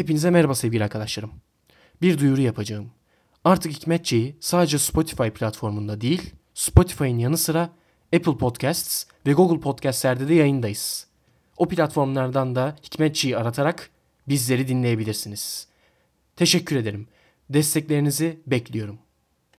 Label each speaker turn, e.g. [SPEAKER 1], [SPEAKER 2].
[SPEAKER 1] Hepinize merhaba sevgili arkadaşlarım. Bir duyuru yapacağım. Artık Hikmetçi'yi sadece Spotify platformunda değil, Spotify'ın yanı sıra Apple Podcasts ve Google Podcast'lerde de yayındayız. O platformlardan da Hikmetçi'yi aratarak bizleri dinleyebilirsiniz. Teşekkür ederim. Desteklerinizi bekliyorum.